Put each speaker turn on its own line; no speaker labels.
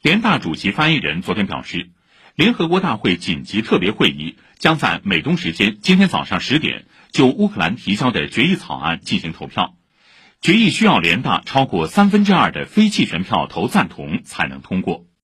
联大主席发言人昨天表示，联合国大会紧急特别会议将在美东时间今天早上10点就乌克兰提交的决议草案进行投票。决议需要联大超过2/3的非弃权票投赞同才能通过。